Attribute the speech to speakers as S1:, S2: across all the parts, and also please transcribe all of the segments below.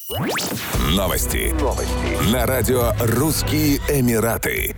S1: Новости. На радио «Русские Эмираты».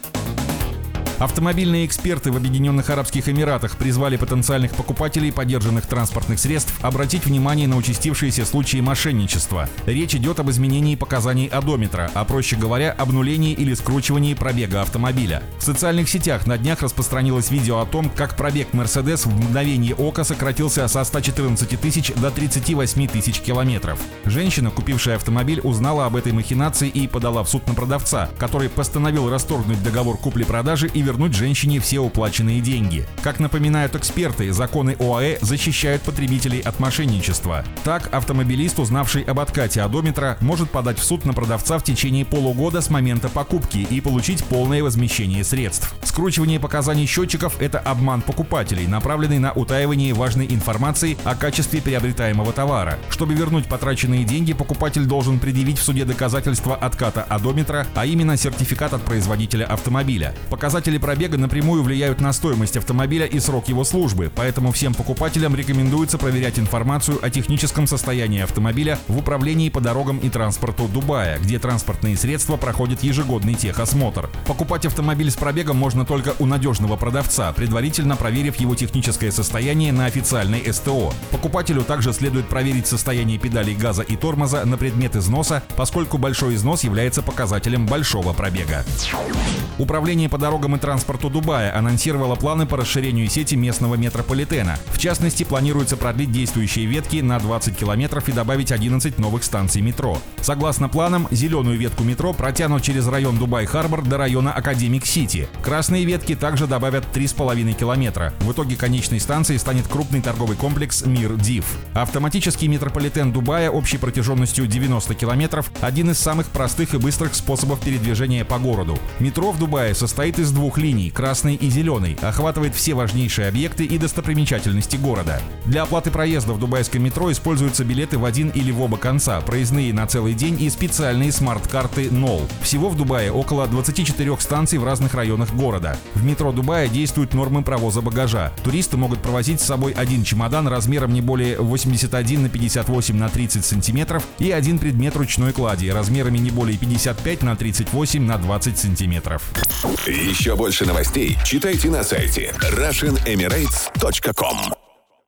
S2: Автомобильные эксперты в Объединенных Арабских Эмиратах призвали потенциальных покупателей подержанных транспортных средств обратить внимание на участившиеся случаи мошенничества. Речь идет об изменении показаний одометра, а проще говоря, обнулении или скручивании пробега автомобиля. В социальных сетях на днях распространилось видео о том, как пробег Mercedes в мгновение ока сократился со 114 тысяч до 38 тысяч километров. Женщина, купившая автомобиль, узнала об этой махинации и подала в суд на продавца, который постановил расторгнуть договор купли-продажи и вернуть женщине все уплаченные деньги. Как напоминают эксперты, законы ОАЭ защищают потребителей от мошенничества. Так, автомобилист, узнавший об откате одометра, может подать в суд на продавца в течение полугода с момента покупки и получить полное возмещение средств. Скручивание показаний счетчиков – это обман покупателей, направленный на утаивание важной информации о качестве приобретаемого товара. Чтобы вернуть потраченные деньги, покупатель должен предъявить в суде доказательства отката одометра, а именно сертификат от производителя автомобиля. Показатели пробега напрямую влияют на стоимость автомобиля и срок его службы, поэтому всем покупателям рекомендуется проверять информацию о техническом состоянии автомобиля в управлении по дорогам и транспорту Дубая, где транспортные средства проходят ежегодный техосмотр. Покупать автомобиль с пробегом можно только у надежного продавца, предварительно проверив его техническое состояние на официальной СТО. Покупателю также следует проверить состояние педалей газа и тормоза на предмет износа, поскольку большой износ является показателем большого пробега. Управление по дорогам и транспорту Дубая анонсировало планы по расширению сети местного метрополитена. В частности, планируется продлить действующие ветки на 20 километров и добавить 11 новых станций метро. Согласно планам, зеленую ветку метро протянут через район Дубай-Харбор до района Академик-Сити. Красные ветки также добавят 3,5 километра. В итоге конечной станцией станет крупный торговый комплекс Мир-Див. Автоматический метрополитен Дубая общей протяженностью 90 километров – один из самых простых и быстрых способов передвижения по городу. Метро в Дубае состоит из двух линий – красной и зеленой, охватывает все важнейшие объекты и достопримечательности города. Для оплаты проезда в дубайском метро используются билеты в один или в оба конца, проездные на целый день и специальные смарт-карты НОЛ. Всего в Дубае около 24 станций в разных районах города. В метро Дубая действуют нормы провоза багажа. Туристы могут провозить с собой один чемодан размером не более 81 на 58 на 30 сантиметров и один предмет ручной клади размерами не более 55 на 38 на 20 сантиметров.
S1: Еще больше новостей читайте на сайте RussianEmirates.com.